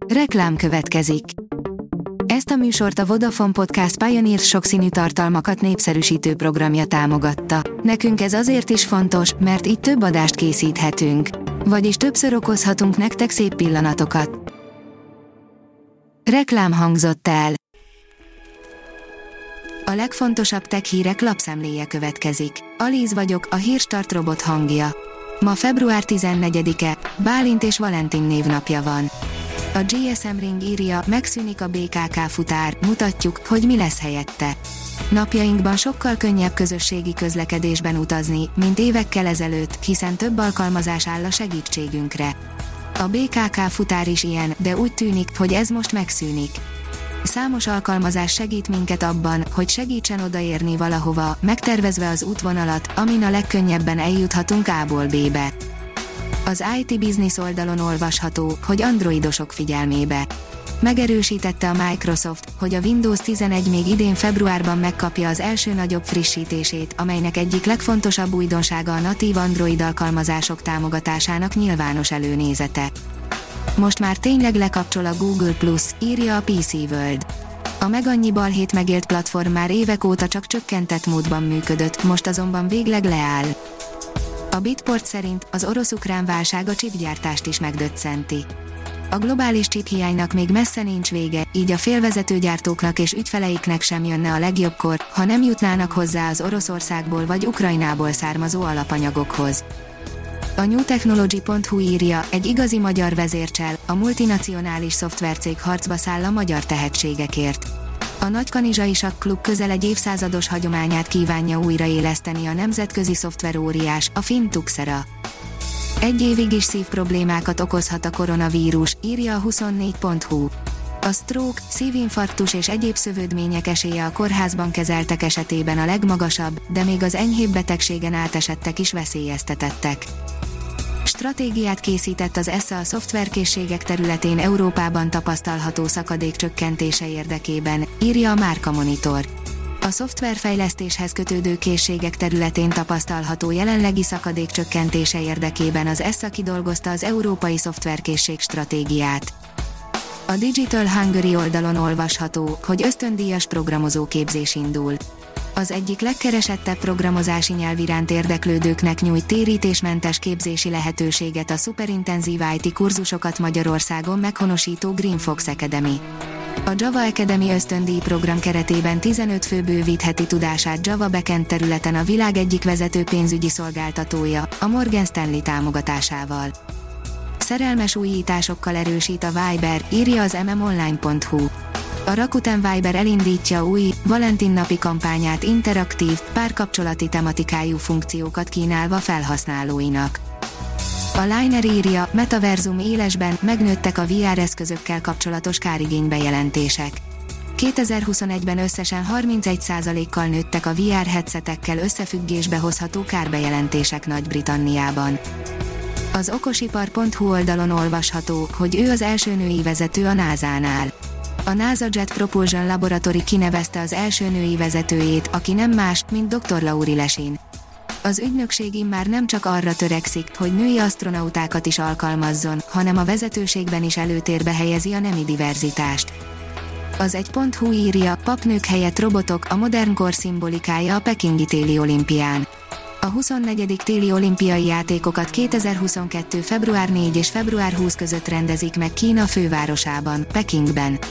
Reklám következik. Ezt a műsort a Vodafone Podcast Pioneer sokszínű tartalmakat népszerűsítő programja támogatta. Nekünk ez azért is fontos, mert így több adást készíthetünk. Vagyis többször okozhatunk nektek szép pillanatokat. Reklám hangzott el. A legfontosabb tech hírek lapszemléje következik. Alíz vagyok, a Hírstart robot hangja. Ma február 14-e, Bálint és Valentin névnapja van. A GSM Ring írja, megszűnik a BKK futár, mutatjuk, hogy mi lesz helyette. Napjainkban sokkal könnyebb közösségi közlekedésben utazni, mint évekkel ezelőtt, hiszen több alkalmazás áll a segítségünkre. A BKK futár is ilyen, de úgy tűnik, hogy ez most megszűnik. Számos alkalmazás segít minket abban, hogy segítsen odaérni valahova, megtervezve az útvonalat, amin a legkönnyebben eljuthatunk A-ból B-be. Az IT Business oldalon olvasható, hogy androidosok figyelmébe. Megerősítette a Microsoft, hogy a Windows 11 még idén februárban megkapja az első nagyobb frissítését, amelynek egyik legfontosabb újdonsága a natív Android alkalmazások támogatásának nyilvános előnézete. Most már tényleg lekapcsol a Google+, írja a PC World. A megannyi balhét megélt platform már évek óta csak csökkentett módban működött, most azonban végleg leáll. A Bitport szerint az orosz-ukrán válság a chipgyártást is megdöccenti. A globális chiphiánynak még messze nincs vége, így a félvezetőgyártóknak és ügyfeleiknek sem jönne a legjobbkor, ha nem jutnának hozzá az Oroszországból vagy Ukrajnából származó alapanyagokhoz. A newtechnology.hu írja, egy igazi magyar vezércsel, a multinacionális szoftvercég harcba száll a magyar tehetségekért. A Nagykanizsai Sakklub közel egy évszázados hagyományát kívánja újraéleszteni a nemzetközi szoftveróriás, a finn Tuxera. Egy évig is szívproblémákat okozhat a koronavírus, írja a 24.hu. A stroke, szívinfarktus és egyéb szövődmények esélye a kórházban kezeltek esetében a legmagasabb, de még az enyhébb betegségen átesettek is veszélyeztetettek. Stratégiát készített az ESSA a szoftverkészségek területén Európában tapasztalható szakadék csökkentése érdekében, írja a Márka Monitor. A szoftverfejlesztéshez kötődő készségek területén tapasztalható jelenlegi szakadék csökkentése érdekében az ESSA kidolgozta az Európai Szoftverkészség stratégiát. A Digital Hungary oldalon olvasható, hogy ösztöndíjas programozóképzés indul. Az egyik legkeresettebb programozási nyelv iránt érdeklődőknek nyújt térítésmentes képzési lehetőséget a szuperintenzív IT kurzusokat Magyarországon meghonosító Green Fox Academy. A Java Academy ösztöndíj program keretében 15 fő bővítheti tudását Java backend területen a világ egyik vezető pénzügyi szolgáltatója, a Morgan Stanley támogatásával. Szerelmes újításokkal erősít a Viber, írja az mmonline.hu. A Rakuten Viber elindítja új, Valentin napi kampányát interaktív, párkapcsolati tematikájú funkciókat kínálva felhasználóinak. A Liner írja, metaverzum élesben, megnőttek a VR eszközökkel kapcsolatos kárigénybejelentések. 2021-ben összesen 31%-kal nőttek a VR headsetekkel összefüggésbe hozható kárbejelentések Nagy-Britanniában. Az okosipar.hu oldalon olvasható, hogy ő az első női vezető a NASA-nál. A NASA Jet Propulsion Laboratory kinevezte az első női vezetőjét, aki nem más, mint dr. Lauri Lesin. Az ügynökség immár nem csak arra törekszik, hogy női asztronautákat is alkalmazzon, hanem a vezetőségben is előtérbe helyezi a nemi diverzitást. Az egy.hu írja, papnők helyett robotok, a modern kor szimbolikája a pekingi téli olimpián. A 24. téli olimpiai játékokat 2022. február 4 és február 20 között rendezik meg Kína fővárosában, Pekingben.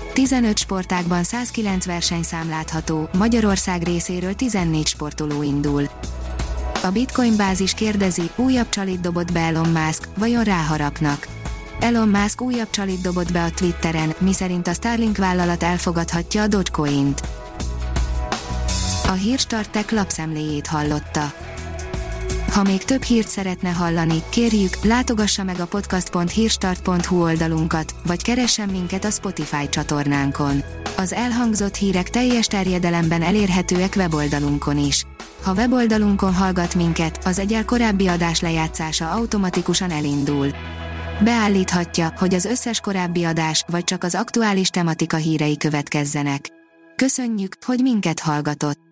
15 sportágban 109 versenyszám látható, Magyarország részéről 14 sportoló indul. A Bitcoin bázis kérdezi, újabb csalit dobott be Elon Musk, vajon ráharapnak? Elon Musk újabb csalit dobott be a Twitteren, miszerint a Starlink vállalat elfogadhatja a Dogecoint. A Hírstart Tech lapszemléjét hallotta. Ha még több hírt szeretne hallani, kérjük, látogassa meg a podcast.hírstart.hu oldalunkat, vagy keressen minket a Spotify csatornánkon. Az elhangzott hírek teljes terjedelemben elérhetőek weboldalunkon is. Ha weboldalunkon hallgat minket, az egyel korábbi adás lejátszása automatikusan elindul. Beállíthatja, hogy az összes korábbi adás, vagy csak az aktuális tematika hírei következzenek. Köszönjük, hogy minket hallgatott!